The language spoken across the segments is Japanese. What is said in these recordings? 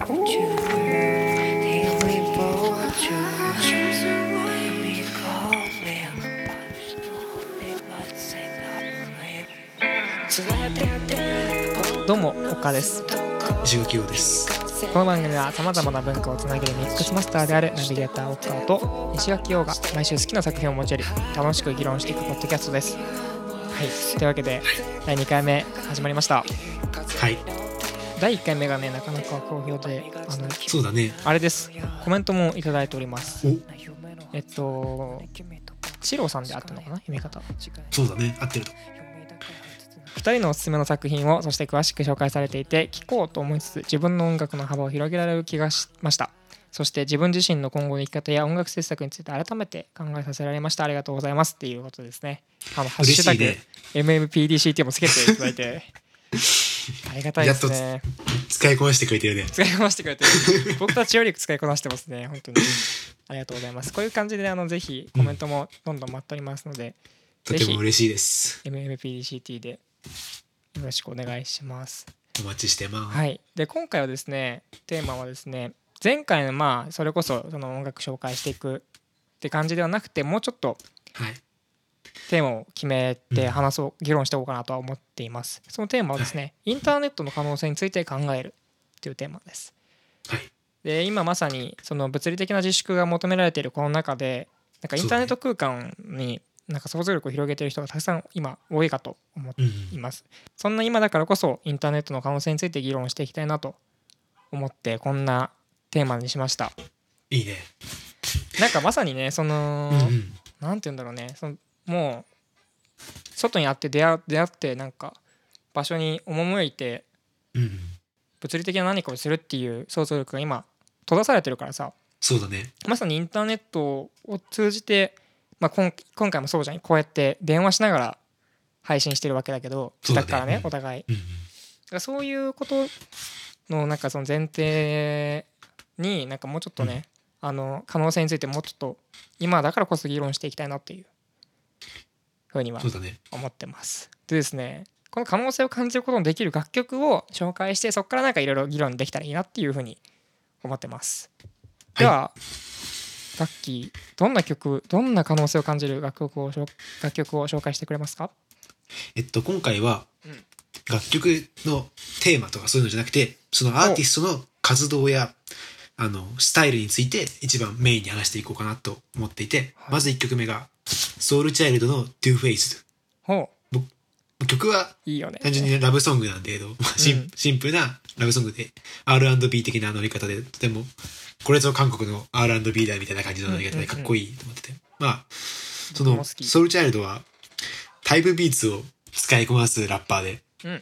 どうも岡です。 石垣陽です。 この番組はさまざまな文化をつなげるミックスマスターであるナビゲーター岡と石垣陽が毎週好きな作品を持ち寄り楽しく議論していくポッドキャストです。はい、というわけで第2回目始まりました。 はい。 第1回目がねなかなか好評でそうだね。 あれです。コメントもいただいております。シローさんであったのかな、読み方。 そうだね、合ってると。 2人のおすすめの作品をそして詳しく紹介されていて聴こうと思いつつ自分の音楽の幅を広げられる気がしました。そして自分自身の今後の生き方や音楽制作について改めて考えさせられました。ありがとうございますっていうことですね。ハッシュタグ MMPDCT もつけていただいてありがたいですね。 やっと使いこなしてくれてるね。 使いこなしてくれてる僕たちより使いこなしてますね。本当にありがとうございます。こういう感じでぜひコメントもどんどん待っておりますので、 とても嬉しいです。 MMPDCT でよろしくお願いします。 お待ちしてます。 はい。で今回はですねテーマはですね前回のそれこそその音楽紹介していくって感じではなくてもうちょっとテーマを決めて話そう、議論しておこうかなとは思っています。そのテーマはですね、インターネットの可能性について考えるというテーマです。 はい。 で今まさにその物理的な自粛が求められているこの中でなんかインターネット空間になんか想像力を広げている人がたくさん今多いかと思います。そんな今だからこそインターネットの可能性について議論していきたいなと思ってこんなテーマにしました。 いいね。 なんかまさにねその、なんて言うんだろうね、そのもう外にあって出会ってなんか場所に赴いて物理的な何かをするっていう想像力が今閉ざされてるからさ。 そうだね。 まさにインターネットを通じて、今回もそうじゃん、こうやって電話しながら配信してるわけだけど自宅からね、お互い、そういうことのなんかその前提になんかもうちょっとね、可能性についてもうちょっと今だからこそ議論していきたいなっていうふうには思ってます。でですね、この可能性を感じることのできる楽曲を紹介してそこからなんかいろいろ議論できたらいいなっていうふうに思ってます。では、ガッキーどんな可能性を感じる楽曲を紹介してくれますか？ 今回は楽曲のテーマとかそういうのじゃなくてそのアーティストの活動やスタイルについて一番メインに話していこうかなと思っていて、まず1曲目がソウルチャイルドの Two Faced。曲はいいよね、 単純にラブソングなんだけど、シンプルなラブソングで R&B 的な乗り方でとてもこれぞ韓国の R&B だみたいな感じの乗り方でかっこいいと思ってて、そのソウルチャイルドはタイプビーツを使いこなすラッパーで、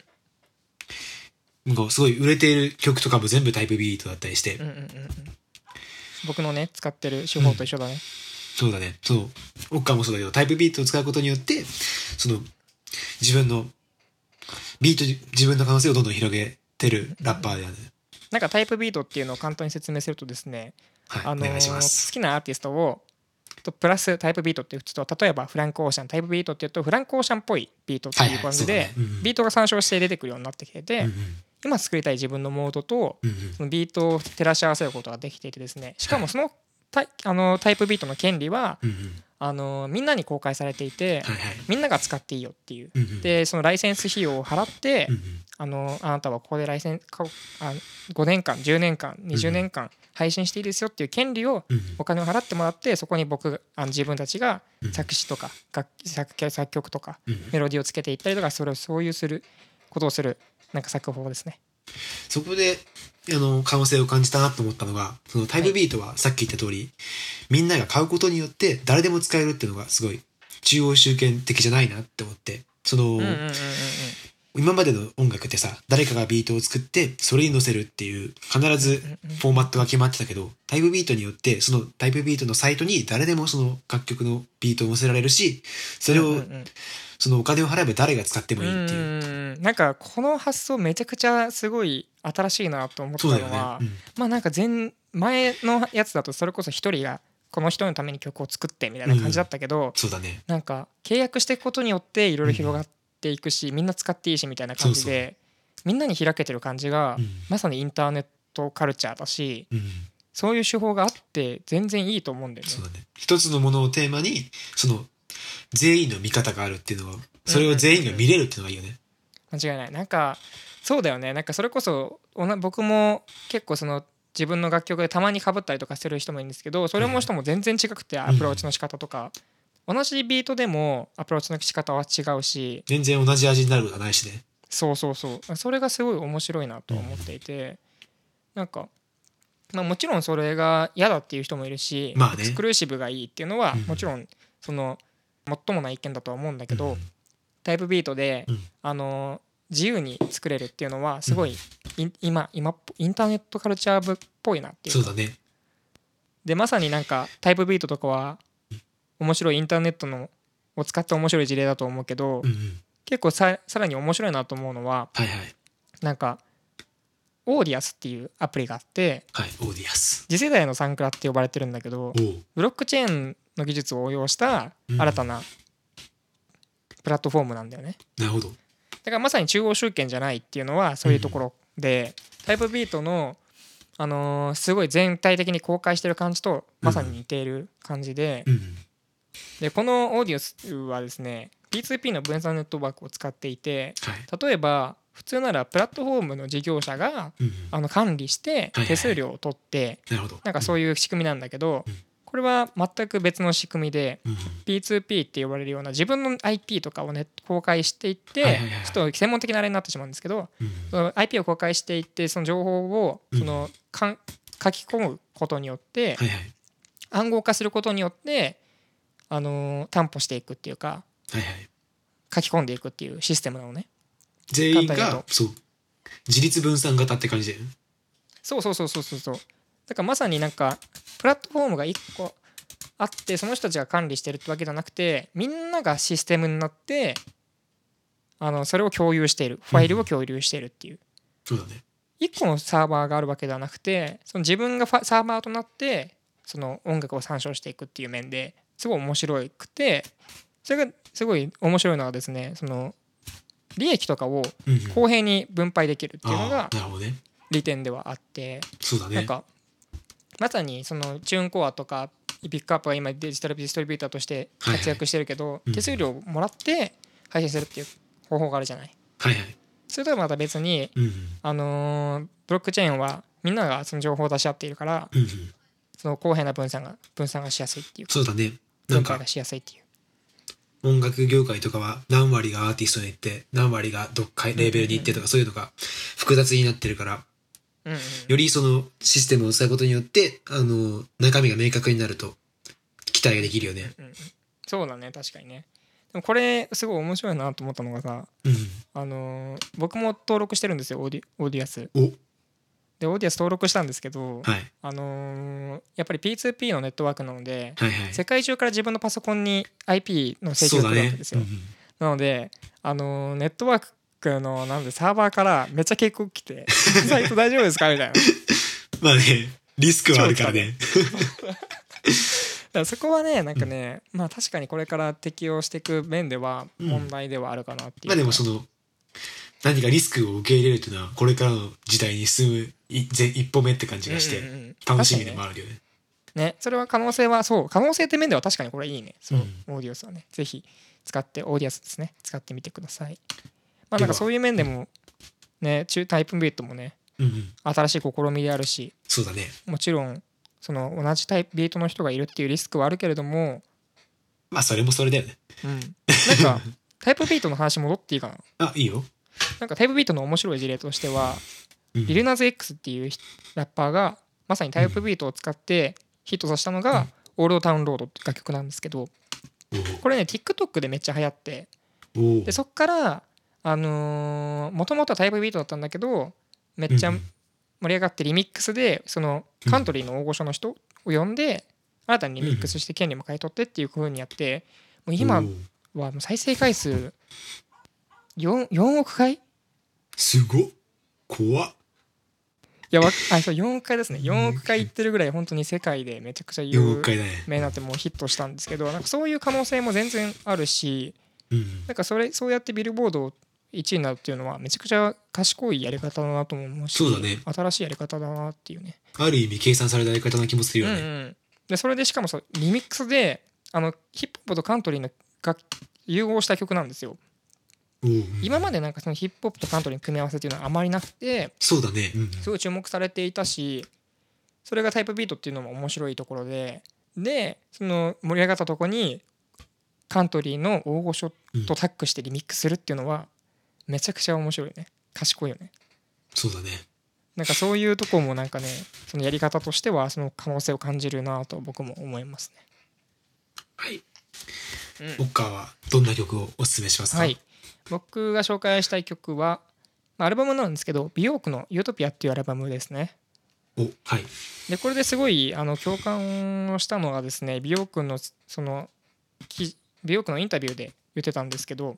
すごい売れている曲とかも全部タイプビートだったりして、 僕のね使ってる手法と一緒だね。 そうだね。そうオッカーもそうだけどタイプビートを使うことによってその自分の可能性をどんどん広げてるラッパーだよね。 なんかタイプビートっていうのを簡単に説明するとですね、 お願いします。 好きなアーティストをプラスタイプビートって打つと、例えばフランクオーシャン、タイプビートっていうとフランクオーシャンっぽいビートっていう感じでビートが参照して出てくるようになってきてて、今作りたい自分のモードとそのビートを照らし合わせることができていてですね、しかもそのタイプビートの権利はみんなに公開されていて、みんなが使っていいよっていう、でそのライセンス費用を払って、あなたはここで5年間10年間20年間配信していいですよっていう権利をお金を払ってもらって、そこに自分たちが作詞とか作曲とかメロディーをつけていったりとか、そういうすることをするなんか作法ですね。 そこで可能性を感じたなと思ったのが、そのタイプビートはさっき言った通り、みんなが買うことによって誰でも使えるっていうのがすごい中央集権的じゃないなって思って、今までの音楽ってさ、誰かがビートを作ってそれに乗せるっていう必ずフォーマットが決まってたけど、タイプビートによってそのタイプビートのサイトに誰でもその楽曲のビートを乗せられるし、それをそのお金を払えば誰が使ってもいいっていう、 なんかこの発想めちゃくちゃすごい新しいなと思ったのは、なんか前のやつだとそれこそ一人がこの人のために曲を作ってみたいな感じだったけど、 そうだね、 なんか契約していくことによっていろいろ広がっていくし、みんな使っていいしみたいな感じでみんなに開けてる感じが、まさにインターネットカルチャーだし、 うん、 そういう手法があって全然いいと思うんだよね。 そうだね。一つのものをテーマにその全員の見方があるっていうのは、それを全員が見れるっていうのがいいよね。 間違いない。なんかそうだよね。なんかそれこそ僕も結構その自分の楽曲でたまに被ったりとかする人もいるんですけど、それも人も全然違くて、アプローチの仕方とか、同じビートでもアプローチの仕方は違うし、 全然同じ味になることはないしね。 そうそうそう、それがすごい面白いなと思っていて、なんか、まあ、もちろんそれが嫌だっていう人もいるし、 まあね、 エクスクルーシブがいいっていうのはもちろんそのもっともな意見だとは思うんだけど、タイプビートで、自由に作れるっていうのはすごい、今インターネットカルチャーっぽいなっていうか。 そうだね。 でまさになんかタイプビートとかは面白いインターネットのを使った面白い事例だと思うけど、結構さらに面白いなと思うのは、 はいはい、 なんかオーディアスっていうアプリがあって、 はい、オーディアス、 次世代のサンクラって呼ばれてるんだけど、ブロックチェーンの技術を応用した新たなプラットフォームなんだよね。 なるほど。 だからまさに中央集権じゃないっていうのはそういうところで、タイプビートのすごい全体的に公開してる感じとまさに似ている感じで、でこのオーディオスはですね P2P の分散ネットワークを使っていて、例えば普通ならプラットフォームの事業者が管理して手数料を取って、なんかそういう仕組みなんだけど、これは全く別の仕組みで P2P って呼ばれるような自分の IP とかをね公開していって、ちょっと専門的なあれになってしまうんですけど、その IP を公開していってその情報をその書き込むことによって暗号化することによって担保していくっていうか、書き込んでいくっていうシステムなのね。 全員がそう自立分散型って感じで、 そうだからまさになんかプラットフォームが1個あってその人たちが管理してるってわけじゃなくて、みんながシステムになってそれを共有している、ファイルを共有しているっていう、 そうだね。 1個のサーバーがあるわけではなくて、その自分がサーバーとなってその音楽を参照していくっていう面ですごい面白くて、それがすごい面白いのはですね、その利益とかを公平に分配できるっていうのが利点ではあって、なんかまさにそのチューンコアとかピックアップは今デジタルディストリビューターとして活躍してるけど、手数料をもらって配信するっていう方法があるじゃない。それとはまた別に、ブロックチェーンはみんながその情報を出し合っているから、その公平な分散がしやすいっていうか、 そうだね。 分配がしやすいっていう。 音楽業界とかは何割がアーティストに行って何割がどっかレーベルに行ってとか、そういうのが複雑になってるから、よりそのシステムを使うことによって中身が明確になると期待ができるよね。 そうだね、確かにね。でもこれすごい面白いなと思ったのがさ、僕も登録してるんですよ、オーディアス。でオーディアス登録したんですけど、やっぱり P2P のネットワークなので、世界中から自分のパソコンに IP の請求が来るわけですよ。なのでネットワークのなんでサーバーからめっちゃ警告来てサイト大丈夫ですかみたいな。 まあね、リスクはあるからね。 だからそこはね、なんかね、まあ確かにこれから適用していく面では問題ではあるかなっていう。 まあでもその何かリスクを受け入れるというのはこれからの時代に進む一歩目って感じがして楽しみでもあるよね。 ね、それは可能性って面では確かにこれいいね。そう、オーディオスはね、ぜひ使ってオーディアスですね、使ってみてください。まあなんかそういう面でもね、タイプビートもね、新しい試みであるし、 そうだね。 もちろんその同じタイプビートの人がいるっていうリスクはあるけれども、 まあそれもそれだよね。 なんかタイプビートの話戻っていいかな。 いいよ。 なんかタイプビートの面白い事例としては、リルナズ X っていうラッパーがまさにタイプビートを使ってヒットさせたのがオールドタウンロードって楽曲なんですけど、これね TikTok でめっちゃ流行って、でそっからもともとはタイプビートだったんだけどめっちゃ盛り上がってリミックスでそのカントリーの大御所の人を呼んで新たにリミックスして権利も買い取ってっていう風にやって、もう今はもう再生回数4億回、 すごっ、怖っ。 いやそう4億回ですね。4億回いってるぐらい本当に世界でめちゃくちゃ有名になってもうヒットしたんですけど、なんかそういう可能性も全然あるし、なんかそうやってビルボードを 1位になるっていうのはめちゃくちゃ賢いやり方だなと思うし、 そうだね。 新しいやり方だなっていうね。 ある意味計算されたやり方な気もするよね。 でそれでしかもリミックスでヒップホップとカントリーの融合した曲なんですよ。今までなんかそのヒップホップとカントリーの組み合わせっていうのはあまりなくて、 そうだね、 すごい注目されていたし、それがタイプビートっていうのも面白いところで、その盛り上がったとこにカントリーの大御所とタッグしてリミックスするっていうのはめちゃくちゃ面白いよね。賢いよね。 そうだね。 なんかそういうとこもなんかね、そのやり方としてはその可能性を感じるなと僕も思いますね。 はい、オッカーはどんな曲をおすすめしますか？ はい、僕が紹介したい曲は、アルバムなんですけど、美容区のユートピアっていうアルバムですね。 はい、 でこれですごい共感をしたのがですね、美容区の美容区のインタビューで言ってたんですけど、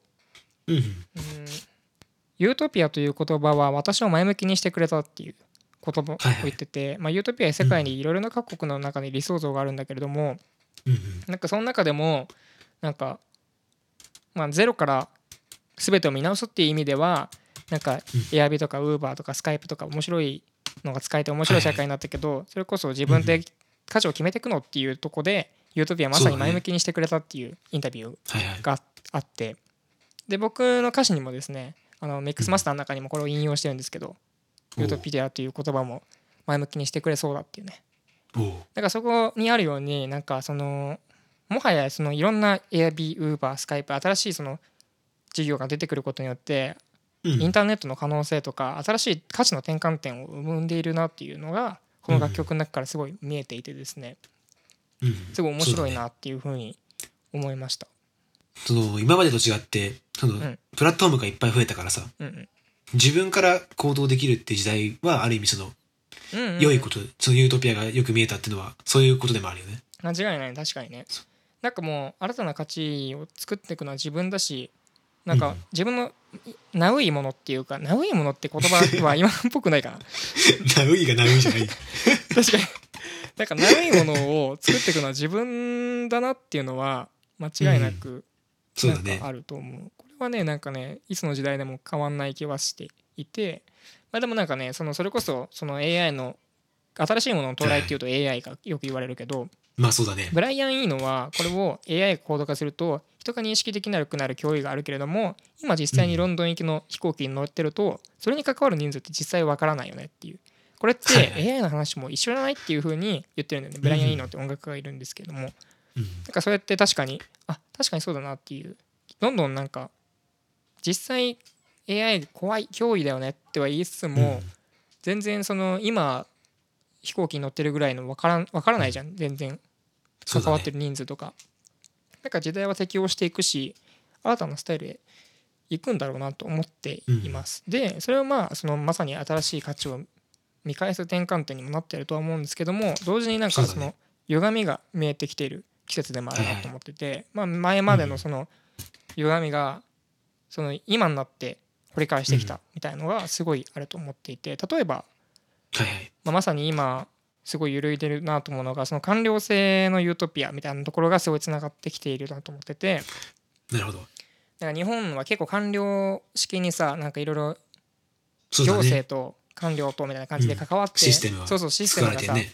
ユートピアという言葉は私を前向きにしてくれたっていう言葉を言ってて、ユートピアは世界にいろいろな各国の中に理想像があるんだけれども、なんかその中でもなんか、ゼロから全てを見直すっていう意味ではなんかエアビとかウーバーとかスカイプとか面白いのが使えて面白い社会になったけど、それこそ自分で価値を決めていくのっていうとこでユートピアまさに前向きにしてくれたっていうインタビューがあって、で僕の歌詞にもですね、ミックスマスターの中にもこれを引用してるんですけど、ユートピアという言葉も前向きにしてくれそうだっていうね。だからそこにあるように、なんかもはやそのいろんな Airb、Uber、Skype 新しいその事業が出てくることによってインターネットの可能性とか新しい価値の転換点を生んでいるなっていうのがこの楽曲の中からすごい見えていてですね、すごい面白いなっていうふうに思いました。 今までと違ってプラットフォームがいっぱい増えたからさ、自分から行動できるっていう時代はある意味良いこと、そのユートピアがよく見えたっていうのはそういうことでもあるよね。 間違いない。確かにね。なんかもう新たな価値を作っていくのは自分だし、なんか自分のナウいものっていうか、ナウいものって言葉は今っぽくないかなナウいがナウいじゃない確かになんかナウいものを作っていくのは自分だなっていうのは間違いなくなんかあると思う。これはね、なんかね、いつの時代でも変わんない気はしていて、でもなんかね、それこそその AI の新しいものの到来っていうと AI がよく言われるけど、 そうだね。 ブライアン・イーノはこれを AI が高度化すると人が認識できなくなる脅威があるけれども、今実際にロンドン行きの飛行機に乗ってるとそれに関わる人数って実際わからないよねっていう、これって AI の話も一緒じゃないっていう風に言ってるんだよね。ブライアン・イーノって音楽家がいるんですけども、なんかそうやって確かにそうだなっていう、どんどんなんか実際 AI 怖い脅威だよねっては言いつつも、全然今飛行機に乗ってるぐらいの分からないじゃん、全然関わってる人数とか。なんか時代は適応していくし新たなスタイルへ行くんだろうなと思っています。でそれはまさに新しい価値を見返す転換点にもなっているとは思うんですけども、同時になんか歪みが見えてきている季節でもあるなと思ってて、前までの歪みが今になって掘り返してきたみたいのがすごいあると思っていて、例えばまさに今すごい揺るいでるなと思うのが、官僚制のユートピアみたいなところがすごいつながってきているなと思ってて。 なるほど。 だから日本は結構官僚式にさ、なんかいろいろ行政と官僚とみたいな感じで関わって、 システムが作られてね、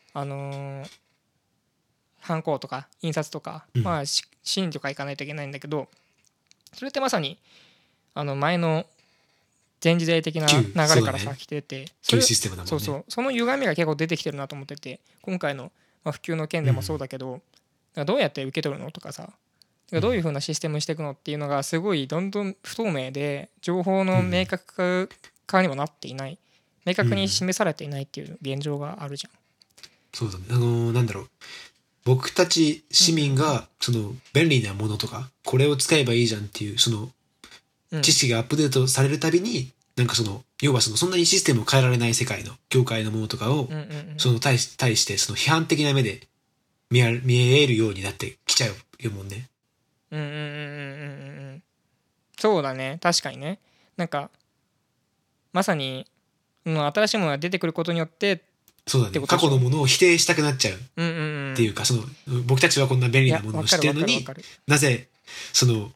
ハンコとか印刷とか、審とか行かないといけないんだけど、それってまさに前の前時代的な流れからさ来てて、 旧システムだもんね。 その歪みが結構出てきてるなと思ってて、今回の普及の件でもそうだけど、どうやって受け取るのとかさ、どういう風なシステムにしていくのっていうのがすごいどんどん不透明で、情報の明確化にもなっていない、明確に示されていないっていう現状があるじゃん。 そうだね。なんだろう、僕たち市民が便利なものとかこれを使えばいいじゃんっていう知識がアップデートされるたびに、なんか要はそんなにシステムを変えられない世界の業界のものとかを対して批判的な目で見えるようになってきちゃうもんね。 そうだね、確かにね。なんかまさに新しいものが出てくることによって、 そうだね、過去のものを否定したくなっちゃうっていうか、僕たちはこんな便利なものを知ってるのに、なぜ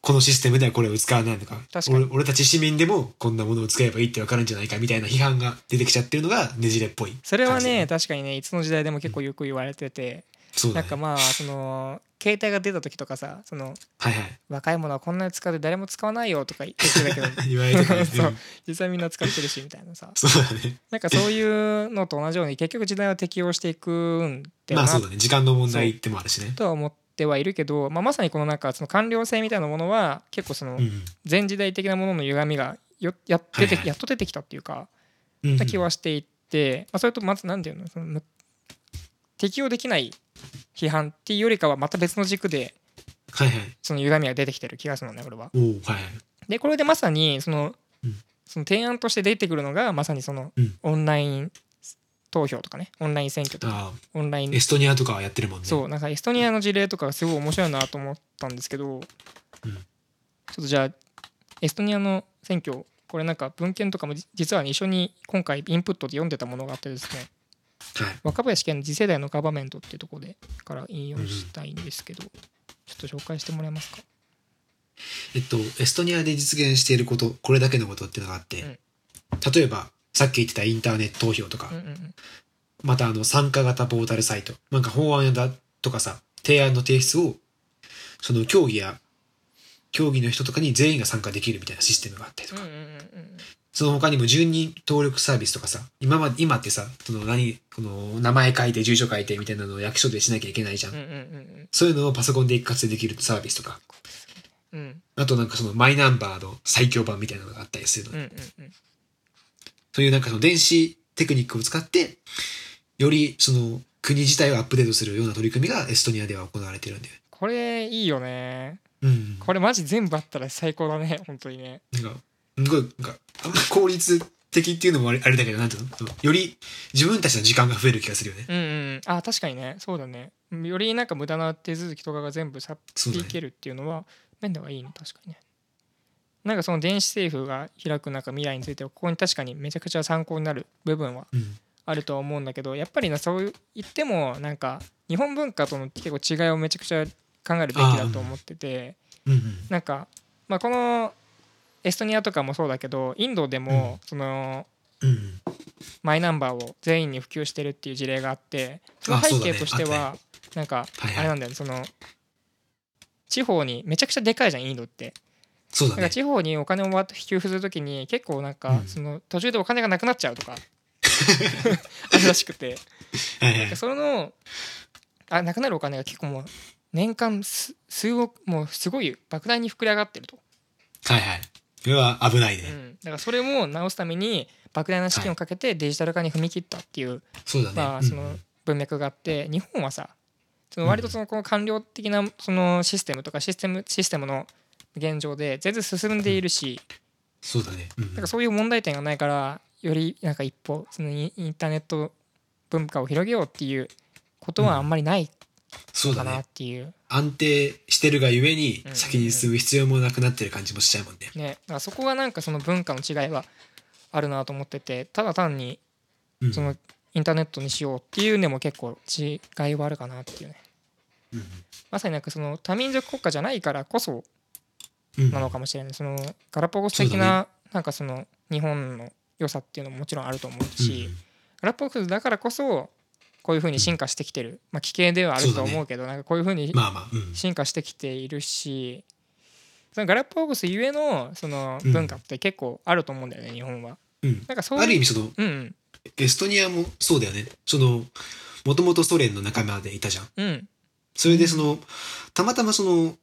このシステムではこれを使わないのか、 確かに俺たち市民でもこんなものを使えばいいって分かるんじゃないかみたいな批判が出てきちゃってるのがねじれっぽい感じそれはだよね確かにねいつの時代でも結構よく言われてて、 そうだね。 なんかまあその携帯が出た時とかさ、そのはいはい。 若い者はこんなに使って誰も使わないよとか言ってたけど言われてたね。 そう実際みんな使ってるしみたいなさ、 そうだね。 なんかそういうのと同じように結局時代は適応していくんだよなまあそうだね。時間の問題でもあるしね。 とは思ってはいるけど、まあ、まさにこのなんかその官僚性みたいなものは結構そのうん前時代的なものの歪みがやっと出てきたっていうか、 うん。 な気はしていて、まあ、それとまず何ていうの、その適応できない批判っていうよりかはまた別の軸ではいはい。 その歪みが出てきてる気がするのねこれは。 おおはいはい。 でこれでまさにそのうん提案として出てくるのがまさにそのうんオンライン投票とかね、オンライン選挙とかあオンラインあ、エストニアとかはやってるもんね。 そうなんかエストニアの事例とかがすごい面白いなと思ったんですけど、ちょっとじゃあエストニアの選挙これなんか文献とかも実は一緒に今回インプットで読んでたものがあってですね、 はい。 若林健の次世代のガバメントっていうところでから引用したいんですけど、ちょっと紹介してもらえますか。 エストニアで実現していること、これだけのことっていうのがあって、例えば、さっき言ってたインターネット投票とか、また参加型ポータルサイト、なんか法案だとかさ、提案の提出を、その競技の人とかに全員が参加できるみたいなシステムがあったりとか、その他にも住人登録サービスとかさ、今ってさ、この名前書いて住所書いてみたいなのを役所でしなきゃいけないじゃん。そういうのをパソコンで一括でできるサービスとか、あとなんかそのマイナンバーの最強版みたいなのがあったりするの。そういうなんかその電子テクニックを使って、よりその国自体をアップデートするような取り組みがエストニアでは行われてるんだよ。 これいいよね。これマジ全部あったら最高だね本当にね。 なんかすごいなんかあんま効率的っていうのもあれだけど、なんていうの、より自分たちの時間が増える気がするよね。 あ確かにね、そうだね。よりなんか無駄な手続きとかが全部さっぴいけるっていうのは面ではいいの確かにね。なんかその電子政府が開くなんか未来についてはここに確かにめちゃくちゃ参考になる部分はあるとは思うんだけど、やっぱりそう言ってもなんか日本文化との結構違いをめちゃくちゃ考えるべきだと思ってて、なんかまあこのエストニアとかもそうだけどインドでもそのマイナンバーを全員に普及してるっていう事例があって、その背景としてはなんかあれなんだよね、その地方にめちゃくちゃでかいじゃんインドって。 そうだね。 なんか地方にお金を給付するときに結構なんかその途中でお金がなくなっちゃうとかあるらしくて、そのなくなるお金が結構もう年間数億もうすごい莫大に膨れ上がってると。 はいはい。それは危ないね。 だからそれも直すために莫大な資金をかけてデジタル化に踏み切ったっていう、 そうだね。 まあその文脈があって、日本はさその割とそのこの官僚的なそのシステムとかシステムの現状で全然進んでいるし、 そうだね。 なんかそういう問題点がないからよりなんか一歩そのインターネット文化を広げようっていうことはあんまりないかなっていう、 安定してるがゆえに先に進む必要もなくなってる感じもしちゃうもんね。 だからそこがなんかその文化の違いはあるなと思ってて、ただ単にそのインターネットにしようっていうのも結構違いはあるかなっていうね。まさになんかその多民族国家じゃないからこそなのかもしれない。そのガラパゴス的ななんかその日本の良さっていうのももちろんあると思うし、ガラパゴスだからこそこういう風に進化してきてる、まあ奇形ではあると思うけど、なんかこういう風に進化してきているし、そのガラパゴスゆえのその文化って結構あると思うんだよね日本は。なんかそういうある意味そのエストニアもそうだよね。そのもともとソ連の仲間でいたじゃん。それでそのたまたまその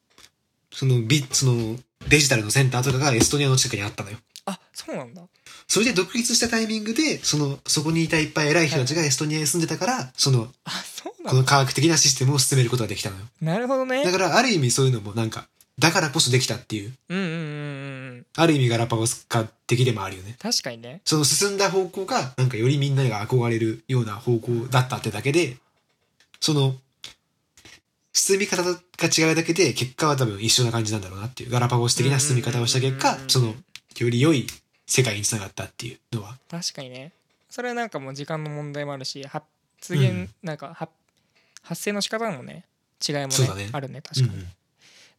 デジタルのセンターとかがエストニアの近くにあったのよ。 あ、そうなんだ。 それで独立したタイミングでそこにいたいっぱい偉い人たちがエストニアに住んでたから、この科学的なシステムを進めることができたのよ。 なるほどね。 だからある意味そういうのもなんかだからこそできたっていう。ある意味ガラパゴス化的でもあるよね。 確かにね。 その進んだ方向がなんかよりみんなが憧れるような方向だったってだけで、その進み方が違うだけで結果は多分一緒な感じなんだろうなっていう。ガラパゴス的な進み方をした結果、そのより良い世界につながったっていうのは確かにね。それはなんかもう時間の問題もあるし、発生の仕方もね違いもねあるね確かに。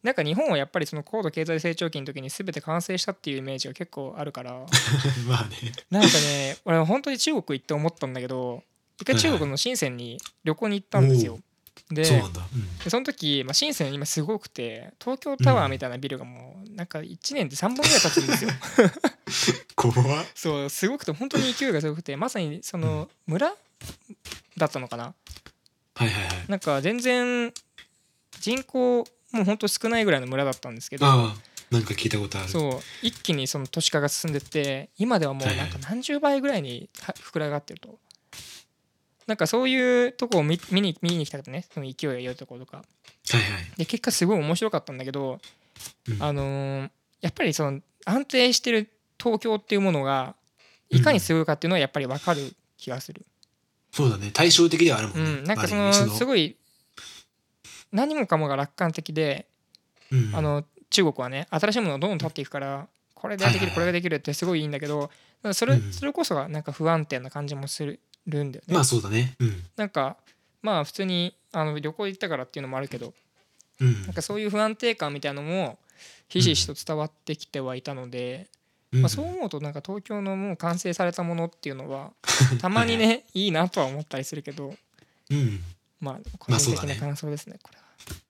なんか日本はやっぱりその高度経済成長期の時に全て完成したっていうイメージが結構あるからまあね。 なんかね俺本当に中国行って思ったんだけど、一回中国の深センに旅行に行ったんですよ。でそうなんだ。 その時、深セン今すごくて東京タワーみたいなビルがもうなんか1年で3本ぐらい建つんですよ。 怖っ。 そうすごくて本当に勢いがすごくて、まさにその村だったのかな。 はいはいはい。 なんか全然人口もう本当少ないぐらいの村だったんですけど、 ああ、なんか聞いたことある。 そう一気にその都市化が進んでって今ではもうなんか何十倍ぐらいに膨らがってると。なんかそういうとこを見に来たかったね、その勢いが良いところとかはいはい。 で、結果すごい面白かったんだけど、やっぱりその安定してる東京っていうものがいかにすごいかっていうのはやっぱり分かる気がする。 そうだね。対照的ではあるもんね。 なんかそのすごい何もかもが楽観的で、中国はね新しいものがどんどん立っていくからこれでできるこれができるってすごいいいんだけど、それこそがなんか不安定な感じもするんだよね。 まあそうだね。 なんかまあ普通に旅行行ったからっていうのもあるけど、なんかそういう不安定感みたいなのもひしひしと伝わってきてはいたので、そう思うとなんか東京のもう完成されたものっていうのはたまにねいいなとは思ったりするけど、まあ個人的な感想ですねこれは。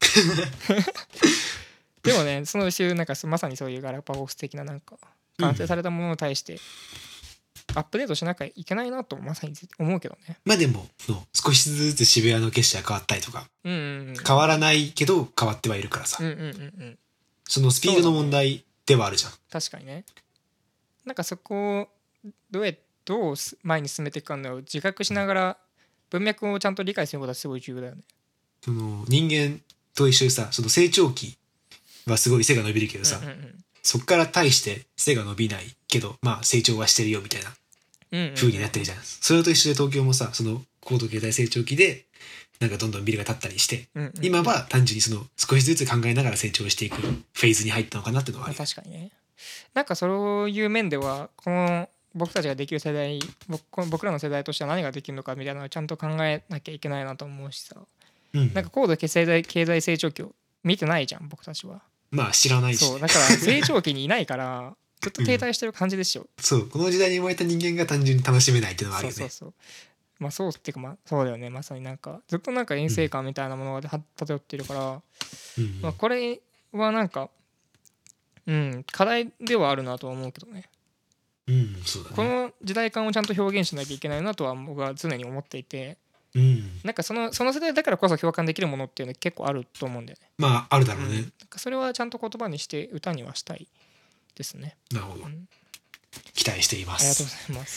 でもねそのなんかまさにそういうガラパゴス的ななんか完成されたものに対してアップデートしなきゃいけないなとまさに思うけどね。 まあでも少しずつ渋谷の景色が変わったりとか、変わらないけど変わってはいるからさ、そのスピードの問題ではあるじゃん。 確かにね。なんかそこをどう前に進めていくかのを自覚しながら文脈をちゃんと理解することはすごい重要だよね。 その人間と一緒にさ、その成長期はすごい背が伸びるけどさ、そっから対して背が伸びないけどまあ成長はしてるよみたいな風になってるじゃん。それと一緒で東京もさ、その高度経済成長期でなんかどんどんビルが建ったりして、今は単純にその少しずつ考えながら成長していくフェーズに入ったのかなってのはある。 確かにね。なんかそういう面ではこの僕たちができる世代、僕らの世代としては何ができるのかみたいなのをちゃんと考えなきゃいけないなと思うしさ、なんか高度経済成長期を見てないじゃん僕たちは。 まあ知らないし、 そうだから成長期にいないからずっと停滞してる感じですよ。 そうこの時代に生まれた人間が単純に楽しめないっていうのはあるよね。 そうまあそうっていうかまあそうだよね。まさになんかずっとなんか遠征感みたいなものが漂ってるから、まあこれはなんか課題ではあるなとは思うけどね。 そうだね。 この時代感をちゃんと表現しなきゃいけないなとは僕は常に思っていて、なんかその世代だからこそ共感できるものっていうのは結構あると思うんだよね。 まああるだろうね。 なんかそれはちゃんと言葉にして歌にはしたいですね。 なるほど、期待しています。 ありがとうございます。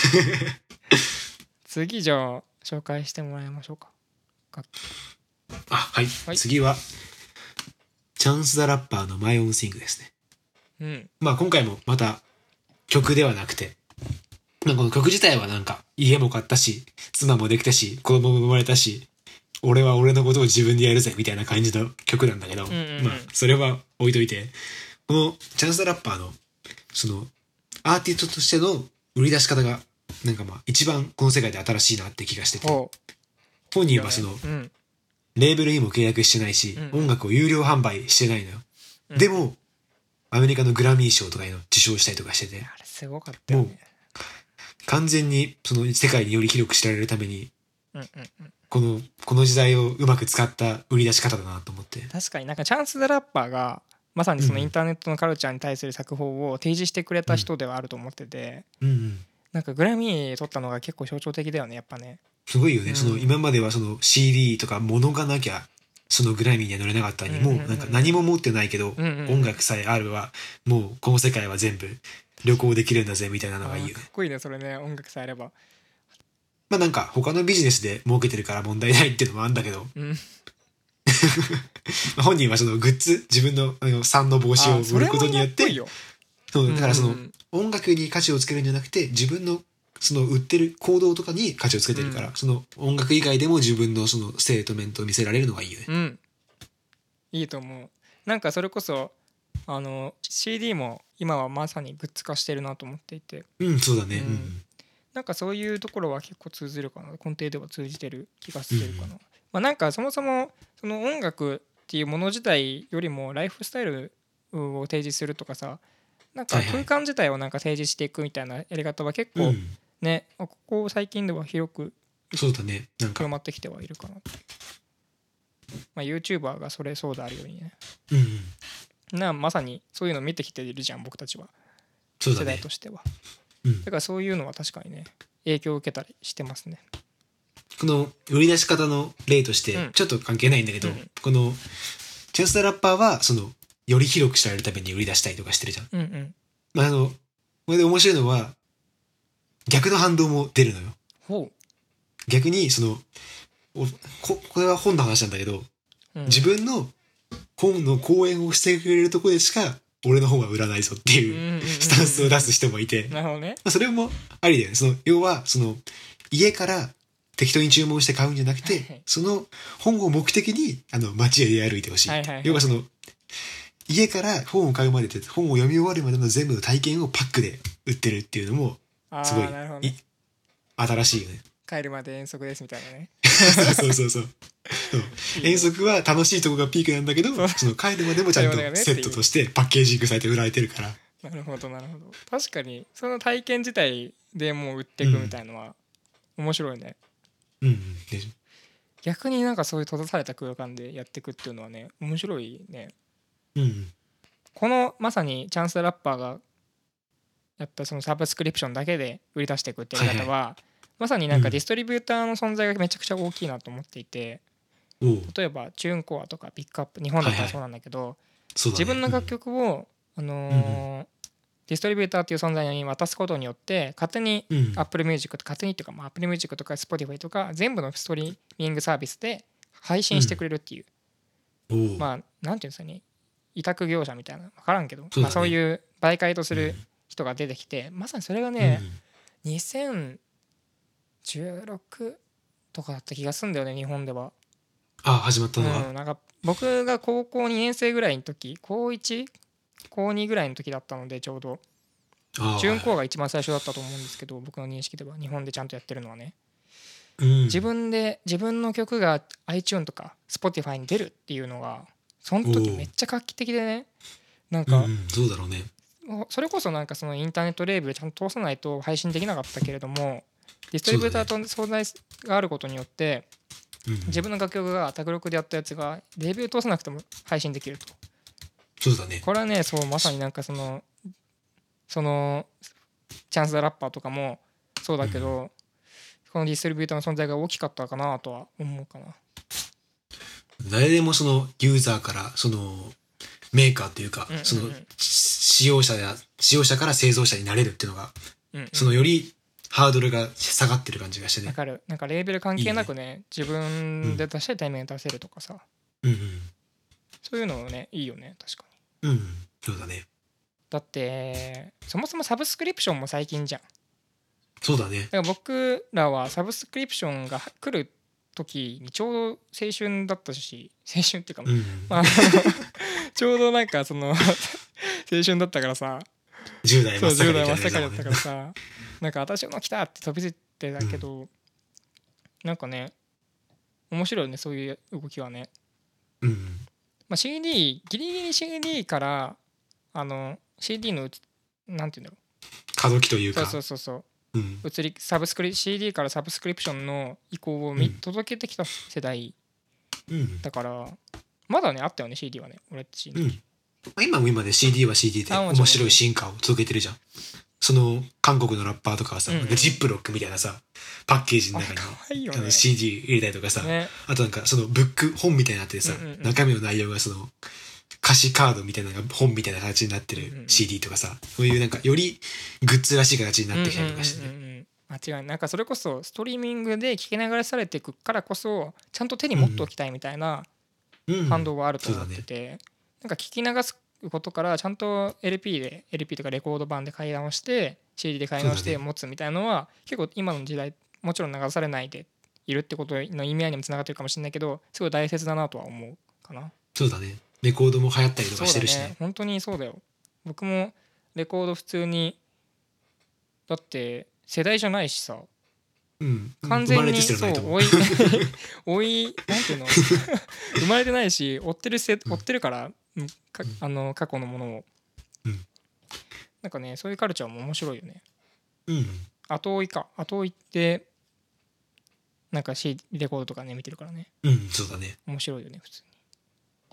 次じゃあ紹介してもらいましょうか。 はい、次はチャンス・ザ・ラッパーのマイ・オン・シングですね。まあ今回もまた曲ではなくて、この曲自体はなんか家も買ったし妻もできたし子供も生まれたし俺は俺のことを自分でやるぜみたいな感じの曲なんだけど、まあそれは置いといて、このチャンス・ザ・ラッパーのそのアーティストとしての売り出し方がなんかまあ一番この世界で新しいなって気がしてて、本人はそのレーベルにも契約してないし、音楽を有料販売してないのよ。でもアメリカのグラミー賞とかに受賞したりとかしてて、 あれすごかったよね。もう完全にその世界により広く知られるために、この時代をうまく使った売り出し方だなと思って。 確かになんかチャンス・ザ・ラッパーがまさにそのインターネットのカルチャーに対する作法を提示してくれた人ではあると思ってて、なんかグラミー取ったのが結構象徴的だよねやっぱね。 すごいよね。その今まではその CD とか物がなきゃそのグラミーには乗れなかったにも、なんか何も持ってないけど音楽さえあるはもうこの世界は全部旅行できるんだぜみたいなのがいいよね。かっこいいねそれね。音楽さえあればまあなんか他のビジネスで儲けてるから問題ないっていうのもあるんだけど、本人はそのグッズ自分の3の帽子を売ることによってそうだからその音楽に価値をつけるんじゃなくて自分のその売ってる行動とかに価値をつけてるから、その音楽以外でも自分のそのステートメントを見せられるのがいいよね。 いいと思う。なんかそれこそCD も今はまさにグッズ化してるなと思っていて、 そうだね。 なんかそういうところは結構通ずるかな。根底では通じてる気がするかな。まあなんかそもそもその音楽っっていうもの自体よりもライフスタイルを提示するとかさ、なんか空間自体をなんか提示していくみたいなやり方は結構ね、ここ最近では広くそうだね、なんか広まってきてはいるかな。まあ YouTuber がそれそうであるようにね、まさにそういうのを見てきているじゃん僕たちは、世代としては。だからそういうのは確かにね影響を受けたりしてますね。 この売り出し方の例としてちょっと関係ないんだけど、このチャンス・ザ・ラッパーはそのより広く知られるために売り出したりとかしてるじゃん。まあこれで面白いのは逆の反動も出るのよ。逆にそのこれは本の話なんだけど、自分の本の講演をしてくれるところでしか俺の本は売らないぞっていうスタンスを出す人もいて、 なるほどね。 それもありだよね。その要はその家から適当に注文して買うんじゃなくて、その本を目的に街へ出歩いてほしい。要はその家から本を買うまでで本を読み終わるまでの全部の体験をパックで売ってるっていうのもすごい、新しいよね。 帰るまで遠足ですみたいなね。 そう遠足は楽しいとこがピークなんだけど、その帰るまでもちゃんとセットとしてパッケージングされて売られてるから。 なるほどなるほど。確かにその体験自体でもう売っていくみたいのは面白いね。逆になんかそういう閉ざされた空間でやっていくっていうのはね面白いね。このまさにチャンスラッパーがやったそのサブスクリプションだけで売り出していくってやり方は、まさになんかディストリビューターの存在がめちゃくちゃ大きいなと思っていて、例えばチューンコアとかピックアップ、日本だったらそうなんだけど、自分の楽曲をディストリビューターっていう存在に渡すことによって勝手に Apple Music と勝手にっていうか、Apple Music とか Spotify とか全部のストリーミングサービスで配信してくれるっていう、まあなんていうんですかね、委託業者みたいな分からんけど、そういう媒介とする人が出てきて、まさにそれがね、2016とかだった気がするんだよね、日本では。 始まったのは、 なんか僕が高校2年生ぐらいの時、高1高2ぐらいの時だったので、ちょうど準高が一番最初だったと思うんですけど、僕の認識では日本でちゃんとやってるのはね、自分の曲が iTunes とか Spotify に出るっていうのがその時めっちゃ画期的でね、なんかそうだろうね。 それこそなんかそのインターネットレーベルちゃんと通さないと配信できなかったけれども、ディストリビューターと存在があることによって自分の楽曲が卓録でやったやつがレビュー通さなくても配信できると。 そうだね。 これはね、そうまさになんかそのチャンス・ザ・ラッパーとかもそうだけど、このディストリビューターの存在が大きかったかなとは思うかな。 誰でもそのユーザーからそのメーカーというか、その使用者から製造者になれるっていうのが、そのよりハードルが下がってる感じがしてね。 わかる。なんかレーベル関係なくね、自分で出したいタイミングで出せるとかさ、そういうのねいいよね、確かに。そうだね。 だってそもそもサブスクリプションも最近じゃん。 そうだね。 だから僕らはサブスクリプションが来る時にちょうど青春だったし、青春っていうか、ちょうどなんかその青春だったからさ、 10代真っ盛りだったからさ、なんか私も来たって飛びついてたけど、なんかね面白いね、そういう動きはね。CD ギリギリ CD からCD のなんていうんだろう、 過渡期というか、 CD からサブスクリプションの移行を届けてきた世代だから、まだねあったよね CD はね、俺たち、 今も今で CD は CD で面白い進化を届けてるじゃん。その韓国のラッパーとかはさ、ジップロックみたいなさパッケージの中にCD 入れたりとかさ、あとなんかそのブック本みたいになっててさ、中身の内容がその歌詞カードみたいなのが本みたいな形になってる CD とかさ、そういうなんかよりグッズらしい形になってきたりとかしてね。 間違いない。なんかそれこそストリーミングで聞き流されていくからこそちゃんと手に持っておきたいみたいな反動はあると思ってて、なんか聞き流すことからちゃんと LP とかレコード版で買い直して CD で買い直して持つみたいなのは結構今の時代もちろん流されないでいるってことの意味合いにもつながってるかもしれないけど、すごい大切だなとは思うかな。 そうだね。レコードも流行ったりとかしてるしね。 本当にそうだよ。僕もレコード普通にだって世代じゃないしさ、 うん、 完全に生まれてすらないと思う。 追いなんていうの生まれてないし追ってるから、過去のものを、 うん、 なんかねそういうカルチャーも面白いよね。 うん、 後追いってなんか CD レコードとかね見てるからね、 うん、そうだね。 面白いよね普通に。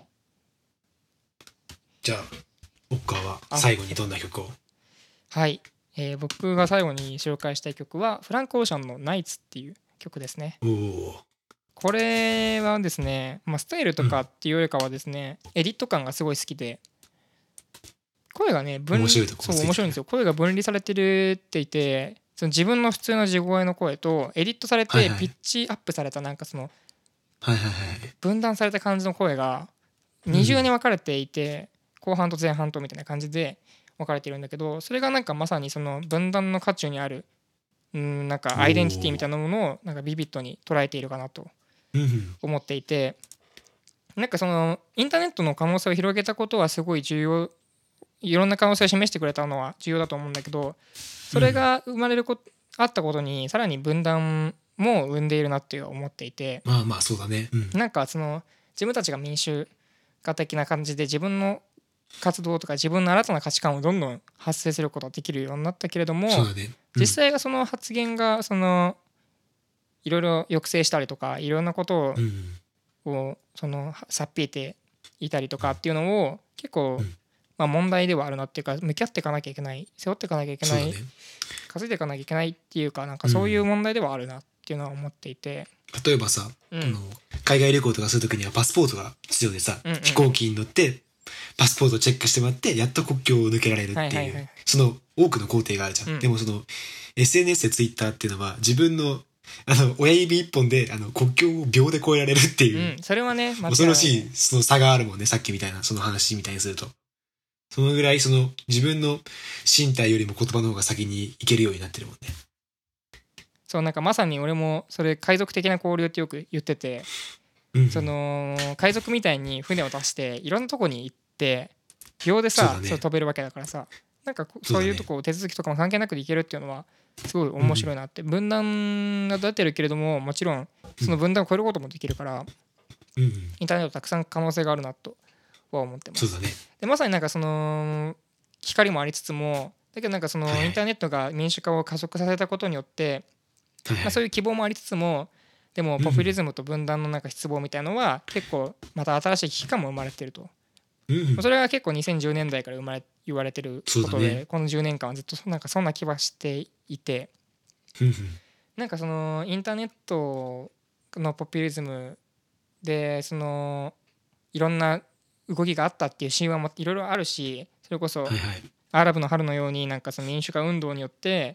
じゃあ岡は最後にどんな曲を？ はい、僕が最後に紹介したい曲はフランク・オーシャンの「ナイツ」っていう曲ですね。 おお。 これはですね、スタイルとかっていうよりかはですね、エディット感がすごい好きで、声がね面白いところそう面白いんですよ。声が分離されてるっていて、その自分の普通の地声の声とエディットされてピッチアップされたなんかその分断された感じの声が二重に分かれていて、後半と前半とみたいな感じで分かれてるんだけど、それがなんかまさにその分断の渦中にあるなんかアイデンティティみたいなものをなんかビビッドに捉えているかなと思っていて、なんかそのインターネットの可能性を広げたことはすごい重要、いろんな可能性を示してくれたのは重要だと思うんだけど、それが生まれるあったことにさらに分断も生んでいるなって思っていて、 まあまあそうだね、 なんかその自分たちが民主化的な感じで自分の活動とか自分の新たな価値観をどんどん発生することができるようになったけれども、実際がその発言がそのいろいろ抑制したりとかいろんなことをそのさっぴいていたりとかっていうのを結構問題ではあるなっていうか、向き合っていかなきゃいけない、背負っていかなきゃいけない、稼いでいかなきゃいけないっていうか、なんかそういう問題ではあるなっていうのは思っていて、 例えばさ、海外旅行とかするときにはパスポートが必要でさ、飛行機に乗ってパスポートをチェックしてもらってやっと国境を抜けられるっていう、その多くの工程があるじゃん、でもその SNS で Twitter っていうのは自分の親指一本で国境を秒で越えられるっていう、 それはね恐ろしいその差があるもんね。さっきみたいなその話みたいにすると、そのぐらいその自分の身体よりも言葉の方が先に行けるようになってるもんね。 そう、なんかまさに俺もそれ海賊的な交流ってよく言ってて、その海賊みたいに船を出していろんなとこに行って秒でさ、そう飛べるわけだからさ、なんかそういうとこ手続きとかも関係なくで行けるっていうのはすごい面白いなって、分断が出てるけれどももちろんその分断を超えることもできるから、インターネットたくさん可能性があるなとは思ってます。でまさになんかその光もありつつも、だけどなんかそのインターネットが民主化を加速させたことによって、そういう希望もありつつも、でもポピュリズムと分断のなんか失望みたいなのは結構また新しい危機感も生まれてると、それが結構2010年代から言われてることで、この10年間はずっとなんかそんな気はしていて、なんかそのインターネットのポピュリズムでそのいろんな動きがあったっていう神話もいろいろあるし、それこそアラブの春のようになんかその民主化運動によって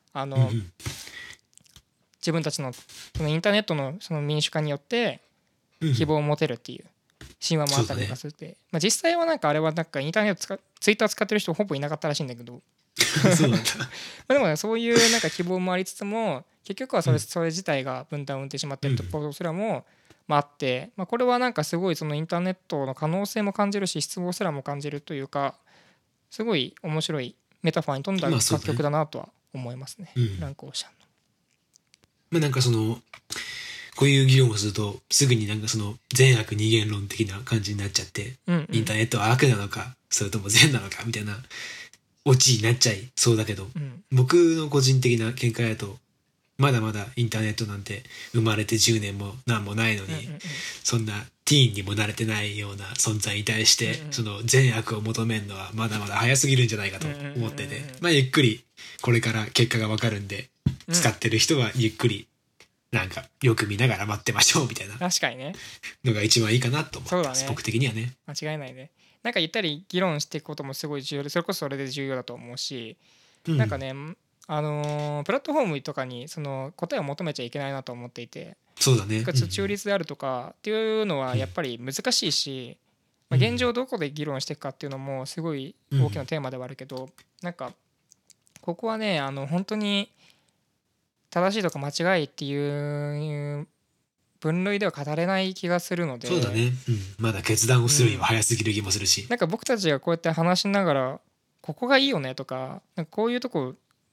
自分たちのそのインターネットのその民主化によって希望を持てるっていう神話もあったりとかするって、実際はなんかあれはなんかインターネットツイッター使ってる人ほぼいなかったらしいんだけどそうなんだでもね、そういうなんか希望もありつつも結局はそれ自体が分断を生んでしまっているところすらもあって、これはなんかすごいそのインターネットの可能性も感じるし失望すらも感じるというか、すごい面白いメタファーに富んだ楽曲だなとは思いますね、フランク・オーシャンの。 なんかそのこういう議論をするとすぐになんかその善悪二元論的な感じになっちゃって、インターネットは悪なのかそれとも善なのかみたいなオチになっちゃいそうだけど、僕の個人的な見解だとまだまだインターネットなんて生まれて10年も何もないのに、そんなティーンにも慣れてないような存在に対して、その善悪を求めるのはまだまだ早すぎるんじゃないかと思ってて、ゆっくりこれから結果が分かるんで、使ってる人はゆっくりなんかよく見ながら待ってましょうみたいな確かにねのが一番いいかなと思ってます、僕的にはね。 間違いないね。なんか言ったり議論していくこともすごい重要で、それこそそれで重要だと思うし、なんかねプラットフォームとかにその答えを求めちゃいけないなと思っていて、 そうだね、 中立であるとかっていうのはやっぱり難しいし、現状どこで議論していくかっていうのもすごい大きなテーマではあるけど、なんかここはね本当に正しいとか間違いっていう分類では語れない気がするので。 そうだね、まだ決断をするには早すぎる気もするし、 なんか僕たちがこうやって話しながらここがいいよねとか、なんかこういうとこ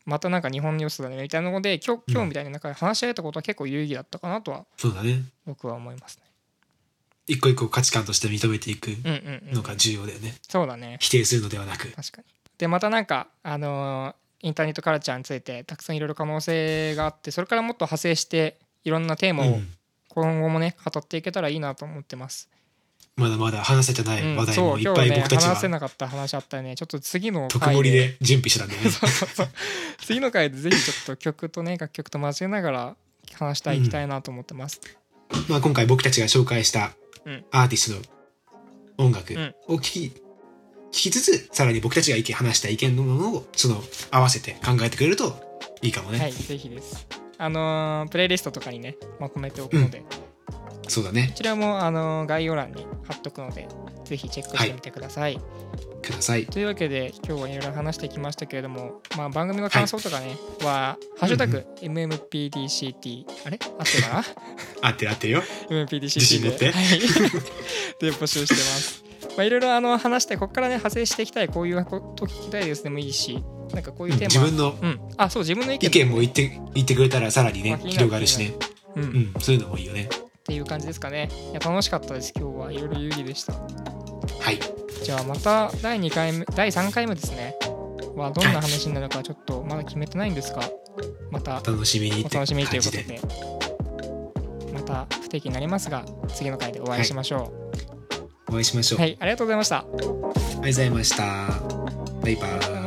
またなんか日本の良さだねみたいなので今日みたいな中で話し合えたことは結構有意義だったかなとはそうだね。 僕は思いますね。 一個一個価値観として認めていくのが重要だよね。 そうだね。 否定するのではなく。 確かに。でまたなんかインターネットカルチャーについてたくさんいろいろ可能性があってそれからもっと派生していろんなテーマを今後もね語っていけたらいいなと思ってます。 まだまだ話せてない話題もいっぱい僕たちは、 話せなかった話あったね。ちょっと次の回で特盛りで準備してたんでねそう次の回でぜひちょっと曲とね楽曲と交えながら話していきたいなと思ってます。 まあ今回僕たちが紹介したアーティストの音楽を聞きつつさらに僕たちが話した意見のものを合わせて考えてくれるといいかもね。 はい、ぜひです。プレイリストとかにねまとめておくので、 そうだね。 こちらも概要欄に貼っとくのでぜひチェックしてみてください。というわけで今日はいろいろ話してきましたけれども、まあ、番組の感想とかね、はハッシュタグ MMPDCT あれ合ってるかな合ってるよ MMPDCT で、はい、で募集してます。まあ、いろいろ話してここからね派生していきたいこういうこと聞きたいですでもいいしなんかこういうテーマ、 自分の、 自分の意見も言ってくれたらさらにね、広がるしね、そういうのもいいよねっていう感じですかね。いや楽しかったです。今日はいろいろ有意義でした。 はい。 じゃあまた第3回目ですねはどんな話になるかちょっとまだ決めてないんですがまたお楽しみにということでまた不定期になりますが次の回でお会いしましょう。 お会いしましょう。 はい、ありがとうございました。 ありがとうございました。バイバイ。